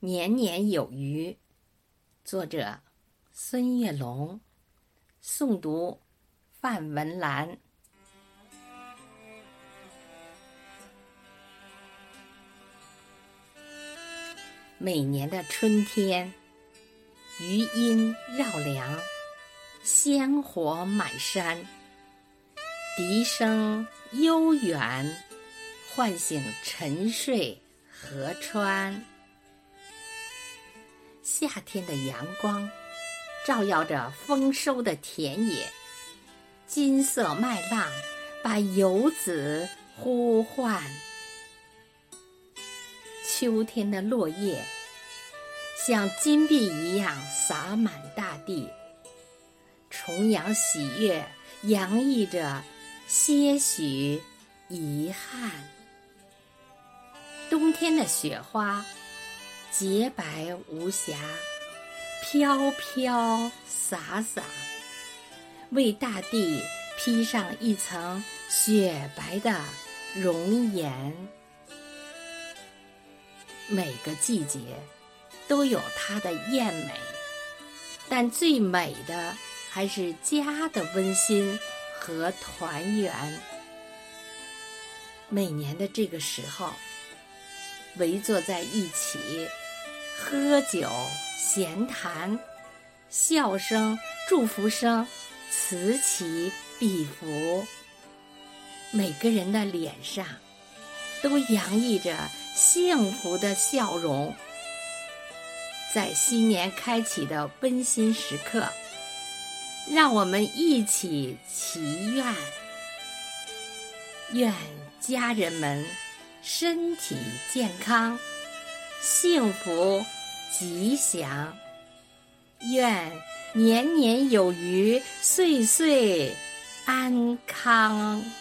年年有余，作者孙月龙，诵读范文兰。每年的春天，余音绕梁，鲜活满山，笛声悠远，唤醒沉睡河川。夏天的阳光照耀着丰收的田野，金色麦浪把游子呼唤。秋天的落叶像金币一样洒满大地，重阳喜悦洋溢着些许遗憾。冬天的雪花洁白无瑕，飘飘洒洒，为大地披上一层雪白的容颜。每个季节都有它的艳美，但最美的还是家的温馨和团圆。每年的这个时候，围坐在一起，喝酒闲谈，笑声祝福声此起彼伏，每个人的脸上都洋溢着幸福的笑容。在新年开启的温馨时刻，让我们一起祈愿，愿家人们身体健康，幸福吉祥，愿年年有余，岁岁安康。